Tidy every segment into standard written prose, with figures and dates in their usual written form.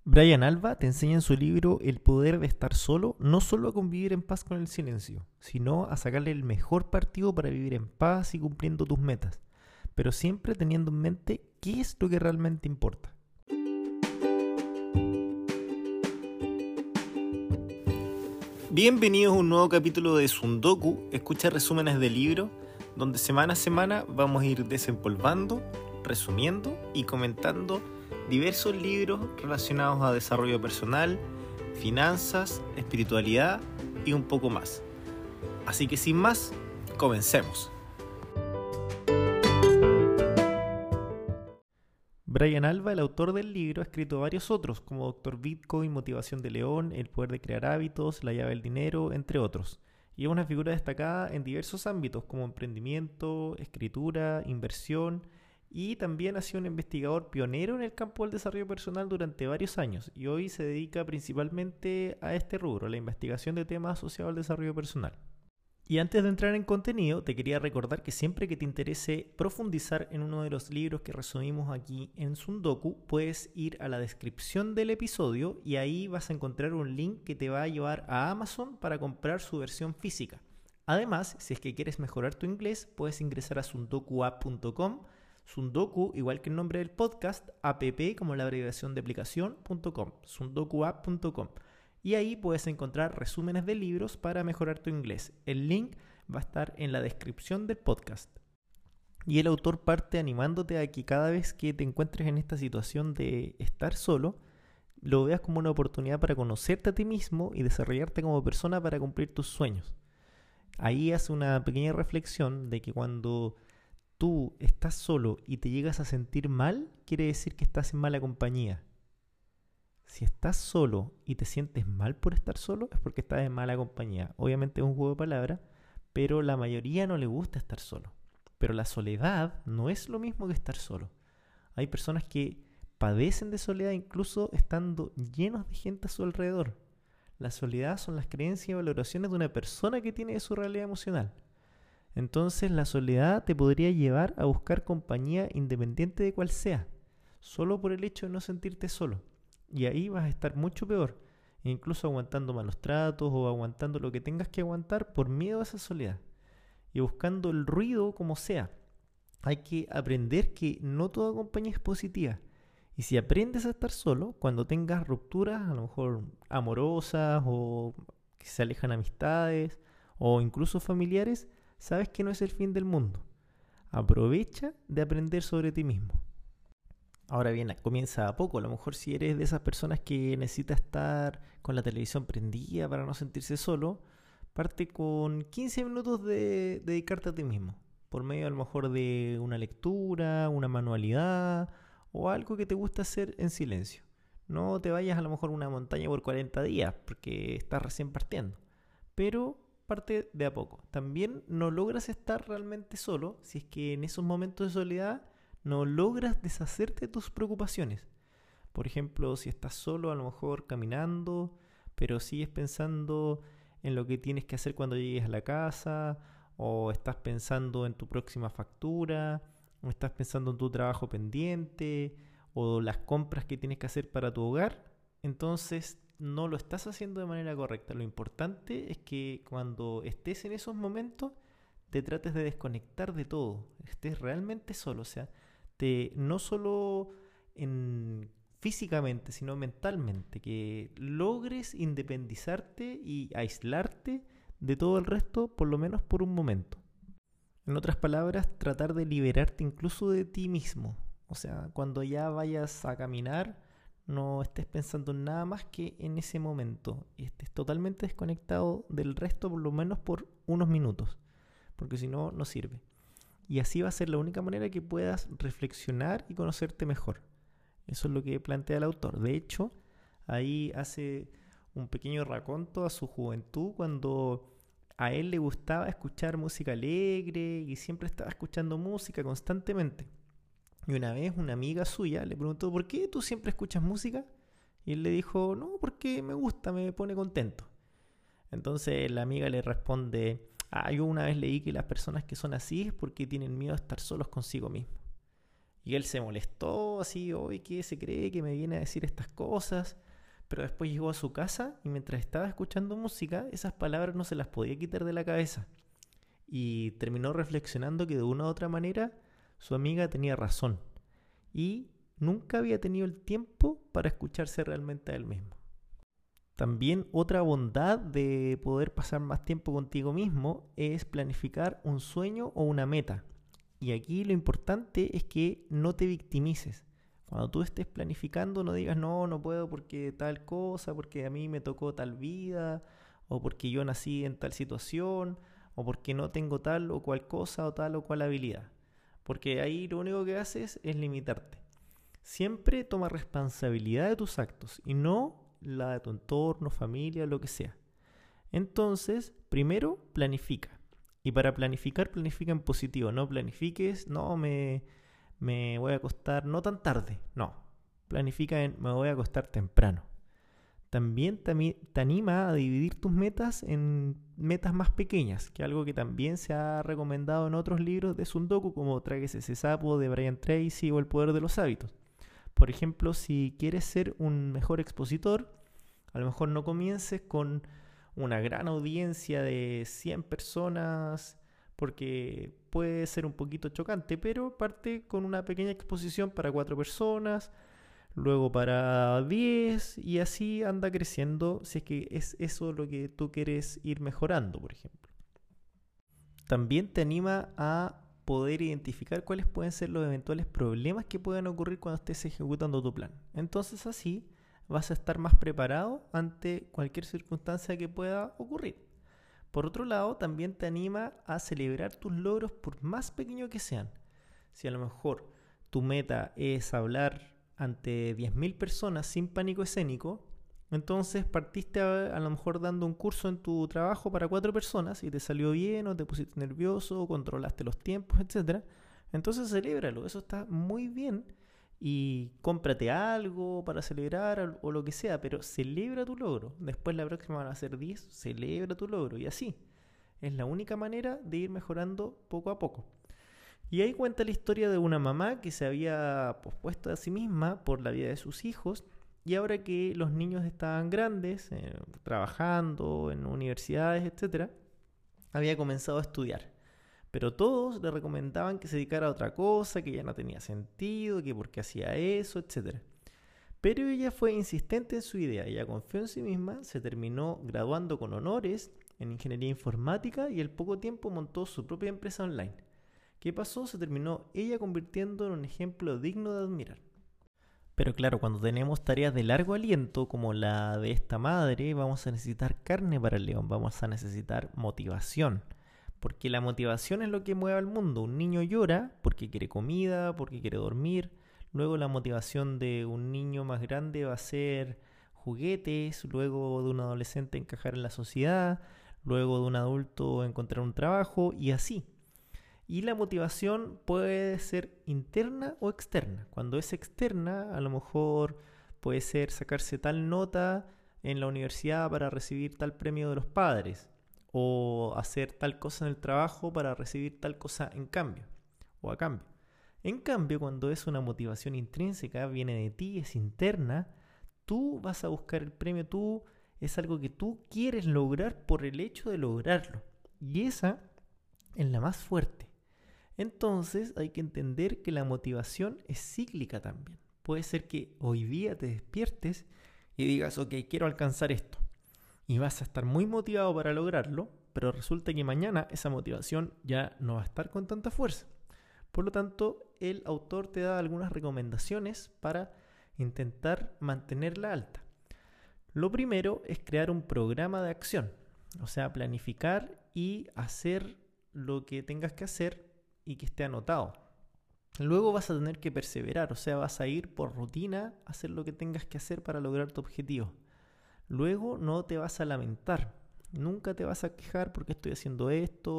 Brian Alva te enseña en su libro El poder de estar solo, no solo a convivir en paz con el silencio, sino a sacarle el mejor partido para vivir en paz y cumpliendo tus metas, pero siempre teniendo en mente qué es lo que realmente importa. Bienvenidos a un nuevo capítulo de Sundoku, escucha resúmenes de libros, donde semana a semana vamos a ir desempolvando, resumiendo y comentando diversos libros relacionados a desarrollo personal, finanzas, espiritualidad y un poco más. Así que sin más, comencemos. Brian Alva, el autor del libro, ha escrito varios otros, como Dr. Bitcoin, Motivación de León, El poder de crear hábitos, La llave del dinero, entre otros. Y es una figura destacada en diversos ámbitos, como emprendimiento, escritura, inversión, y también ha sido un investigador pionero en el campo del desarrollo personal durante varios años, y hoy se dedica principalmente a este rubro, la investigación de temas asociados al desarrollo personal. Y antes de entrar en contenido, te quería recordar que siempre que te interese profundizar en uno de los libros que resumimos aquí en Sundoku, puedes ir a la descripción del episodio y ahí vas a encontrar un link que te va a llevar a Amazon para comprar su versión física. Además, si es que quieres mejorar tu inglés, puedes ingresar a sundokuapp.com, Sundoku, igual que el nombre del podcast, app como la abreviación de aplicación.com, sundokuapp.com. Y ahí puedes encontrar resúmenes de libros para mejorar tu inglés. El link va a estar en la descripción del podcast. Y el autor parte animándote a que cada vez que te encuentres en esta situación de estar solo, lo veas como una oportunidad para conocerte a ti mismo y desarrollarte como persona para cumplir tus sueños. Ahí hace una pequeña reflexión de que cuando tú estás solo y te llegas a sentir mal, quiere decir que estás en mala compañía. Si estás solo y te sientes mal por estar solo, es porque estás en mala compañía. Obviamente es un juego de palabras, pero la mayoría no le gusta estar solo. Pero la soledad no es lo mismo que estar solo. Hay personas que padecen de soledad incluso estando llenos de gente a su alrededor. La soledad son las creencias y valoraciones de una persona que tiene de su realidad emocional. Entonces la soledad te podría llevar a buscar compañía independiente de cuál sea, solo por el hecho de no sentirte solo. Y ahí vas a estar mucho peor, incluso aguantando malos tratos o aguantando lo que tengas que aguantar por miedo a esa soledad. Y buscando el ruido como sea. Hay que aprender que no toda compañía es positiva. Y si aprendes a estar solo, cuando tengas rupturas, a lo mejor amorosas o que se alejan amistades o incluso familiares, sabes que no es el fin del mundo. Aprovecha de aprender sobre ti mismo. Ahora bien, comienza a poco. A lo mejor si eres de esas personas que necesita estar con la televisión prendida para no sentirse solo, parte con 15 minutos de dedicarte a ti mismo. Por medio a lo mejor de una lectura, una manualidad o algo que te gusta hacer en silencio. No te vayas a lo mejor a una montaña por 40 días porque estás recién partiendo. Pero parte de a poco. También no logras estar realmente solo si es que en esos momentos de soledad no logras deshacerte de tus preocupaciones. Por ejemplo, si estás solo, a lo mejor caminando, pero sigues pensando en lo que tienes que hacer cuando llegues a la casa, o estás pensando en tu próxima factura, o estás pensando en tu trabajo pendiente, o las compras que tienes que hacer para tu hogar, entonces no lo estás haciendo de manera correcta. Lo importante es que cuando estés en esos momentos, te trates de desconectar de todo, estés realmente solo, o sea, no solo físicamente, sino mentalmente, que logres independizarte y aislarte de todo el resto, por lo menos por un momento. En otras palabras, tratar de liberarte incluso de ti mismo. O sea, cuando ya vayas a caminar, no estés pensando en nada más que en ese momento y estés totalmente desconectado del resto, por lo menos por unos minutos, porque si no, no sirve. Y así va a ser la única manera que puedas reflexionar y conocerte mejor. Eso es lo que plantea el autor. De hecho, ahí hace un pequeño raconto a su juventud cuando a él le gustaba escuchar música alegre y siempre estaba escuchando música constantemente. Y una vez una amiga suya le preguntó: ¿por qué tú siempre escuchas música? Y él le dijo: no, porque me gusta, me pone contento. Entonces la amiga le responde: yo una vez leí que las personas que son así es porque tienen miedo a estar solos consigo mismos. Y él se molestó así, hoy ¿qué se cree que me viene a decir estas cosas? Pero después llegó a su casa y mientras estaba escuchando música, esas palabras no se las podía quitar de la cabeza. Y terminó reflexionando que de una u otra manera su amiga tenía razón. Y nunca había tenido el tiempo para escucharse realmente a él mismo. También otra bondad de poder pasar más tiempo contigo mismo es planificar un sueño o una meta. Y aquí lo importante es que no te victimices. Cuando tú estés planificando, no digas, no, no puedo porque tal cosa, porque a mí me tocó tal vida, o porque yo nací en tal situación, o porque no tengo tal o cual cosa o tal o cual habilidad. Porque ahí lo único que haces es limitarte. Siempre toma responsabilidad de tus actos y no la de tu entorno, familia, lo que sea. Entonces, primero planifica. Y para planificar, planifica en positivo. No planifiques, no me voy a acostar no tan tarde. No, planifica en me voy a acostar temprano. También te anima a dividir tus metas en metas más pequeñas, que es algo que también se ha recomendado en otros libros de Sundoku, como Tráguese ese sapo de Brian Tracy o El poder de los hábitos. Por ejemplo, si quieres ser un mejor expositor, a lo mejor no comiences con una gran audiencia de 100 personas, porque puede ser un poquito chocante, pero parte con una pequeña exposición para 4 personas, luego para 10 y así anda creciendo si es que es eso lo que tú quieres ir mejorando, por ejemplo. También te anima a poder identificar cuáles pueden ser los eventuales problemas que pueden ocurrir cuando estés ejecutando tu plan. Entonces así vas a estar más preparado ante cualquier circunstancia que pueda ocurrir. Por otro lado, también te anima a celebrar tus logros por más pequeños que sean. Si a lo mejor tu meta es hablar ante 10.000 personas sin pánico escénico, entonces partiste a lo mejor dando un curso en tu trabajo para 4 personas y te salió bien o te pusiste nervioso o controlaste los tiempos, etc. Entonces celébralo, eso está muy bien y cómprate algo para celebrar o lo que sea, pero celebra tu logro. Después la próxima van a ser 10, celebra tu logro y así. Es la única manera de ir mejorando poco a poco. Y ahí cuenta la historia de una mamá que se había pospuesto a sí misma por la vida de sus hijos y ahora que los niños estaban grandes, trabajando en universidades, etc., había comenzado a estudiar. Pero todos le recomendaban que se dedicara a otra cosa, que ya no tenía sentido, que por qué hacía eso, etc. Pero ella fue insistente en su idea, ella confió en sí misma, se terminó graduando con honores en ingeniería informática y al poco tiempo montó su propia empresa online. ¿Qué pasó? Se terminó ella convirtiendo en un ejemplo digno de admirar. Pero claro, cuando tenemos tareas de largo aliento como la de esta madre, vamos a necesitar carne para el león, vamos a necesitar motivación. Porque la motivación es lo que mueve al mundo. Un niño llora porque quiere comida, porque quiere dormir. Luego la motivación de un niño más grande va a ser juguetes. Luego de un adolescente encajar en la sociedad. Luego de un adulto encontrar un trabajo y así. Y la motivación puede ser interna o externa. Cuando es externa, a lo mejor puede ser sacarse tal nota en la universidad para recibir tal premio de los padres, o hacer tal cosa en el trabajo para recibir tal cosa en cambio, o a cambio. En cambio, cuando es una motivación intrínseca, viene de ti, es interna, tú vas a buscar el premio, es algo que tú quieres lograr por el hecho de lograrlo. Y esa es la más fuerte. Entonces hay que entender que la motivación es cíclica también. Puede ser que hoy día te despiertes y digas, ok, quiero alcanzar esto. Y vas a estar muy motivado para lograrlo, pero resulta que mañana esa motivación ya no va a estar con tanta fuerza. Por lo tanto, el autor te da algunas recomendaciones para intentar mantenerla alta. Lo primero es crear un programa de acción, o sea, planificar y hacer lo que tengas que hacer y que esté anotado. Luego vas a tener que perseverar, o sea, vas a ir por rutina a hacer lo que tengas que hacer para lograr tu objetivo. Luego no te vas a lamentar, nunca te vas a quejar porque estoy haciendo esto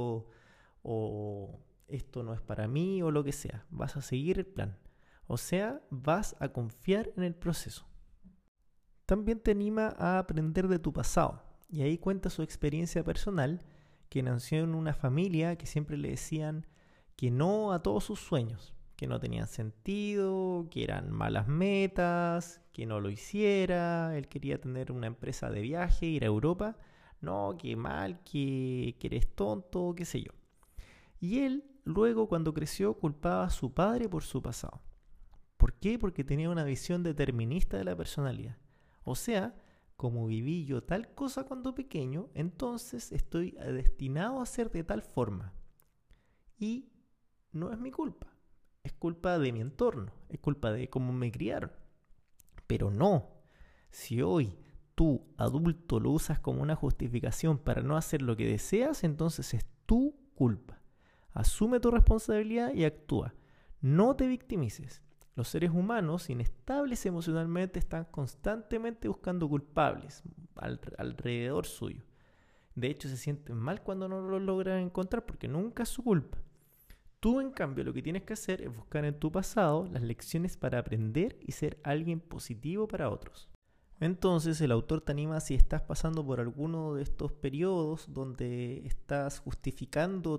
o esto no es para mí o lo que sea. Vas a seguir el plan, o sea, vas a confiar en el proceso. También te anima a aprender de tu pasado y ahí cuenta su experiencia personal, que nació en una familia que siempre le decían que no a todos sus sueños, que no tenían sentido, que eran malas metas, que no lo hiciera. Él quería tener una empresa de viaje, ir a Europa. No, qué mal, que eres tonto, qué sé yo. Y él, luego, cuando creció, culpaba a su padre por su pasado. ¿Por qué? Porque tenía una visión determinista de la personalidad. O sea, como viví yo tal cosa cuando pequeño, entonces estoy destinado a ser de tal forma. Y no es mi culpa. Es culpa de mi entorno. Es culpa de cómo me criaron. Pero no. Si hoy tú, adulto, lo usas como una justificación para no hacer lo que deseas, entonces es tu culpa. Asume tu responsabilidad y actúa. No te victimices. Los seres humanos inestables emocionalmente están constantemente buscando culpables alrededor suyo. De hecho, se sienten mal cuando no lo logran encontrar porque nunca es su culpa. Tú, en cambio, lo que tienes que hacer es buscar en tu pasado las lecciones para aprender y ser alguien positivo para otros. Entonces, el autor te anima si estás pasando por alguno de estos periodos donde estás justificando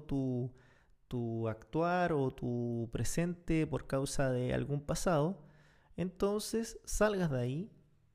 tu actuar o tu presente por causa de algún pasado, entonces salgas de ahí,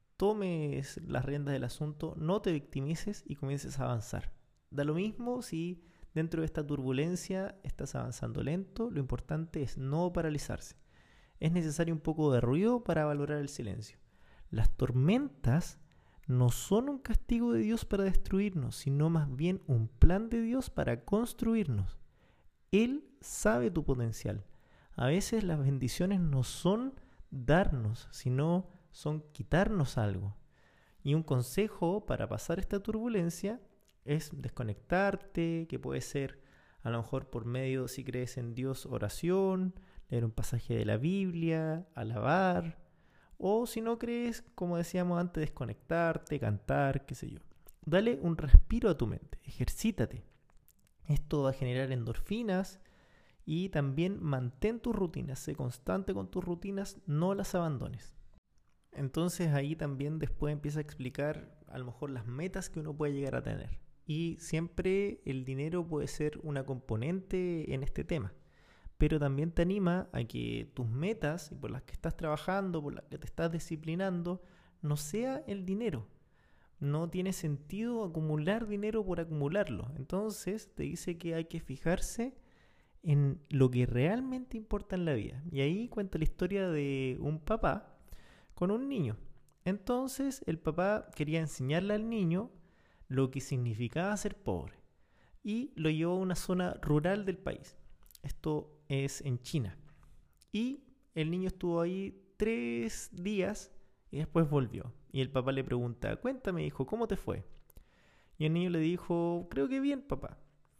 tomes las riendas del asunto, no te victimices y comiences a avanzar. Da lo mismo si dentro de esta turbulencia estás avanzando lento, lo importante es no paralizarse. Es necesario un poco de ruido para valorar el silencio. Las tormentas no son un castigo de Dios para destruirnos, sino más bien un plan de Dios para construirnos. Él sabe tu potencial. A veces las bendiciones no son darnos, sino son quitarnos algo. Y un consejo para pasar esta turbulencia es desconectarte, que puede ser a lo mejor por medio, si crees en Dios, oración, leer un pasaje de la Biblia, alabar, o si no crees, como decíamos antes, desconectarte, cantar, qué sé yo. Dale un respiro a tu mente, ejercítate. Esto va a generar endorfinas y también mantén tus rutinas, sé constante con tus rutinas, no las abandones. Entonces ahí también después empieza a explicar a lo mejor las metas que uno puede llegar a tener. Y siempre el dinero puede ser una componente en este tema. Pero también te anima a que tus metas y por las que estás trabajando, por las que te estás disciplinando, no sea el dinero. No tiene sentido acumular dinero por acumularlo. Entonces te dice que hay que fijarse en lo que realmente importa en la vida. Y ahí cuenta la historia de un papá con un niño. Entonces el papá quería enseñarle al niño lo que significaba ser pobre y lo llevó a una zona rural del país. Esto es en China. Y el niño estuvo ahí 3 días y después volvió. Y el papá le pregunta, cuéntame hijo, ¿cómo te fue? Y el niño le dijo, creo que bien papá.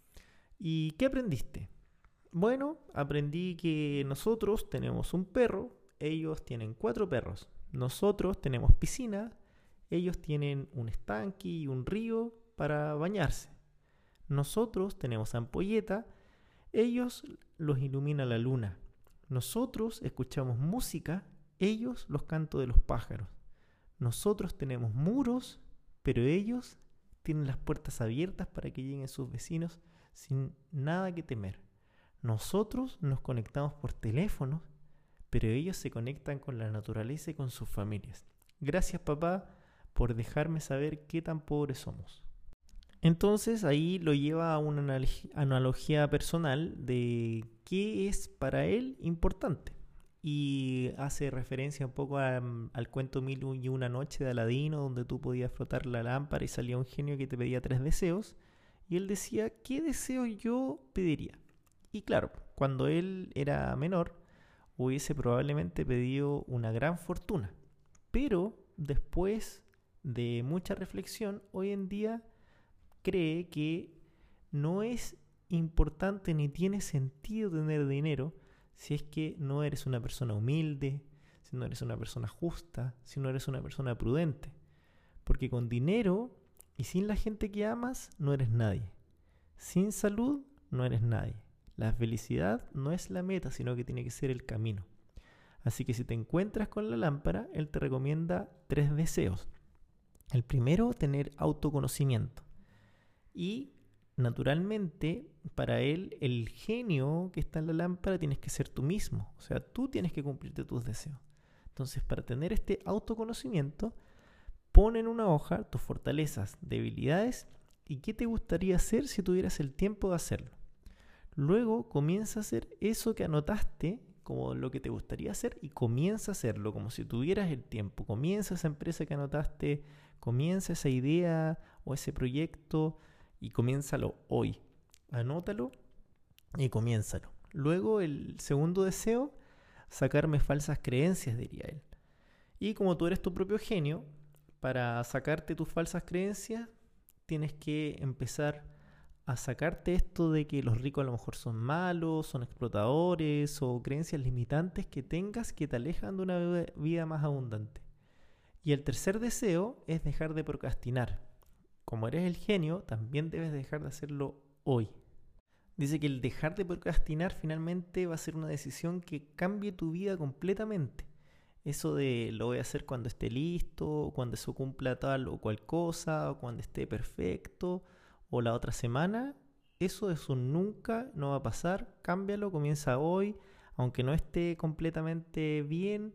¿Y qué aprendiste? Bueno, aprendí que nosotros tenemos un perro, ellos tienen 4 perros. Nosotros tenemos piscina, ellos tienen un estanque y un río para bañarse. Nosotros tenemos ampolleta, ellos los ilumina la luna. Nosotros escuchamos música, ellos los cantos de los pájaros. Nosotros tenemos muros, pero ellos tienen las puertas abiertas para que lleguen sus vecinos sin nada que temer. Nosotros nos conectamos por teléfonos, pero ellos se conectan con la naturaleza y con sus familias. Gracias papá por dejarme saber qué tan pobres somos. Entonces ahí lo lleva a una analogía personal de qué es para él importante. Y hace referencia un poco al cuento Mil y una noche de Aladino, donde tú podías frotar la lámpara y salía un genio que te pedía 3 deseos. Y él decía, ¿qué deseo yo pediría? Y claro, cuando él era menor, hubiese probablemente pedido una gran fortuna. Pero después de mucha reflexión, hoy en día cree que no es importante ni tiene sentido tener dinero si es que no eres una persona humilde, si no eres una persona justa, si no eres una persona prudente. Porque con dinero y sin la gente que amas no eres nadie. Sin salud no eres nadie. La felicidad no es la meta, sino que tiene que ser el camino. Así que si te encuentras con la lámpara, él te recomienda 3 deseos. El primero, tener autoconocimiento. Y naturalmente, para él, el genio que está en la lámpara tienes que ser tú mismo. O sea, tú tienes que cumplirte tus deseos. Entonces, para tener este autoconocimiento, pon en una hoja tus fortalezas, debilidades y qué te gustaría hacer si tuvieras el tiempo de hacerlo. Luego comienza a hacer eso que anotaste como lo que te gustaría hacer y comienza a hacerlo como si tuvieras el tiempo. Comienza esa empresa que anotaste, comienza esa idea o ese proyecto y comiénzalo hoy. Anótalo y comiénzalo. Luego el segundo deseo, sacarme falsas creencias, diría él. Y como tú eres tu propio genio, para sacarte tus falsas creencias, tienes que empezar a sacarte esto de que los ricos a lo mejor son malos, son explotadores o creencias limitantes que tengas que te alejan de una vida más abundante. Y el tercer deseo es dejar de procrastinar. Como eres el genio, también debes dejar de hacerlo hoy. Dice que el dejar de procrastinar finalmente va a ser una decisión que cambie tu vida completamente. Eso de lo voy a hacer cuando esté listo, o cuando se cumpla tal o cual cosa, o cuando esté perfecto, o la otra semana, eso nunca no va a pasar. Cámbialo, comienza hoy, aunque no esté completamente bien,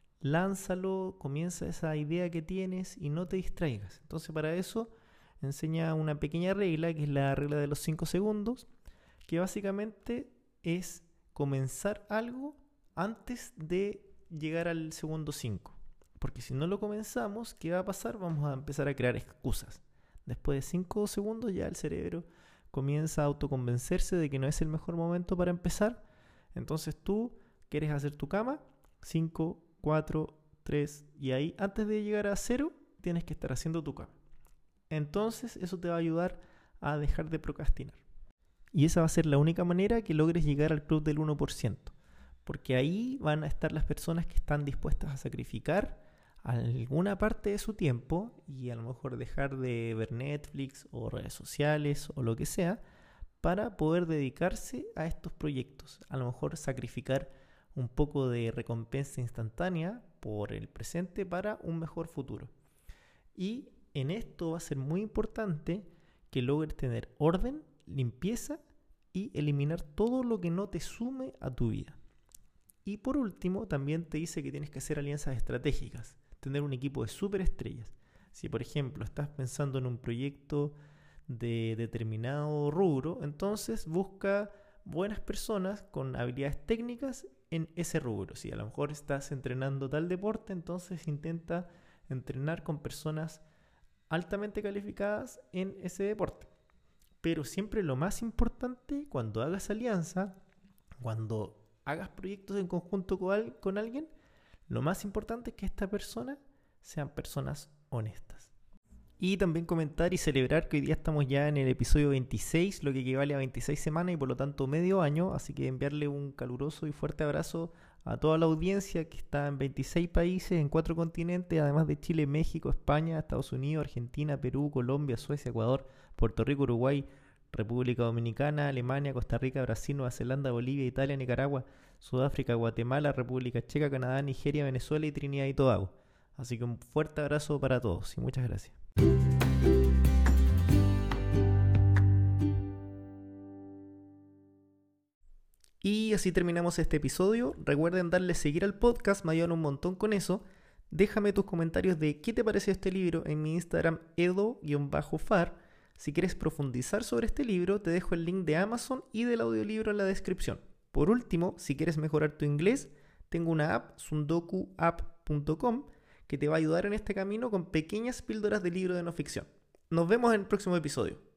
lánzalo, comienza esa idea que tienes y no te distraigas. Entonces para eso enseña una pequeña regla, que es la regla de los 5 segundos, que básicamente es comenzar algo antes de llegar al segundo 5. Porque si no lo comenzamos, ¿qué va a pasar? Vamos a empezar a crear excusas. Después de 5 segundos ya el cerebro comienza a autoconvencerse de que no es el mejor momento para empezar. Entonces tú quieres hacer tu cama, 5, 4, 3 y ahí antes de llegar a 0 tienes que estar haciendo tu cama. Entonces eso te va a ayudar a dejar de procrastinar. Y esa va a ser la única manera que logres llegar al club del 1%. Porque ahí van a estar las personas que están dispuestas a sacrificar alguna parte de su tiempo y a lo mejor dejar de ver Netflix o redes sociales o lo que sea para poder dedicarse a estos proyectos. A lo mejor sacrificar un poco de recompensa instantánea por el presente para un mejor futuro. Y en esto va a ser muy importante que logres tener orden, limpieza y eliminar todo lo que no te sume a tu vida. Y por último, también te dice que tienes que hacer alianzas estratégicas, tener un equipo de superestrellas. Si por ejemplo estás pensando en un proyecto de determinado rubro, entonces busca buenas personas con habilidades técnicas en ese rubro. Si a lo mejor estás entrenando tal deporte, entonces intenta entrenar con personas altamente calificadas en ese deporte. Pero siempre lo más importante cuando hagas alianza, cuando hagas proyectos en conjunto con alguien, lo más importante es que esta persona sean personas honestas. Y también comentar y celebrar que hoy día estamos ya en el episodio 26, lo que equivale a 26 semanas y por lo tanto medio año, así que enviarle un caluroso y fuerte abrazo a toda la audiencia que está en 26 países, en 4 continentes, además de Chile, México, España, Estados Unidos, Argentina, Perú, Colombia, Suecia, Ecuador, Puerto Rico, Uruguay, República Dominicana, Alemania, Costa Rica, Brasil, Nueva Zelanda, Bolivia, Italia, Nicaragua, Sudáfrica, Guatemala, República Checa, Canadá, Nigeria, Venezuela y Trinidad y Tobago. Así que un fuerte abrazo para todos y muchas gracias. Y así terminamos este episodio. Recuerden darle seguir al podcast, me ayudan un montón con eso. Déjame tus comentarios de qué te pareció este libro en mi Instagram edo_far. Si quieres profundizar sobre este libro, te dejo el link de Amazon y del audiolibro en la descripción. Por último, si quieres mejorar tu inglés, tengo una app, sundokuapp.com, que te va a ayudar en este camino con pequeñas píldoras de libro de no ficción. Nos vemos en el próximo episodio.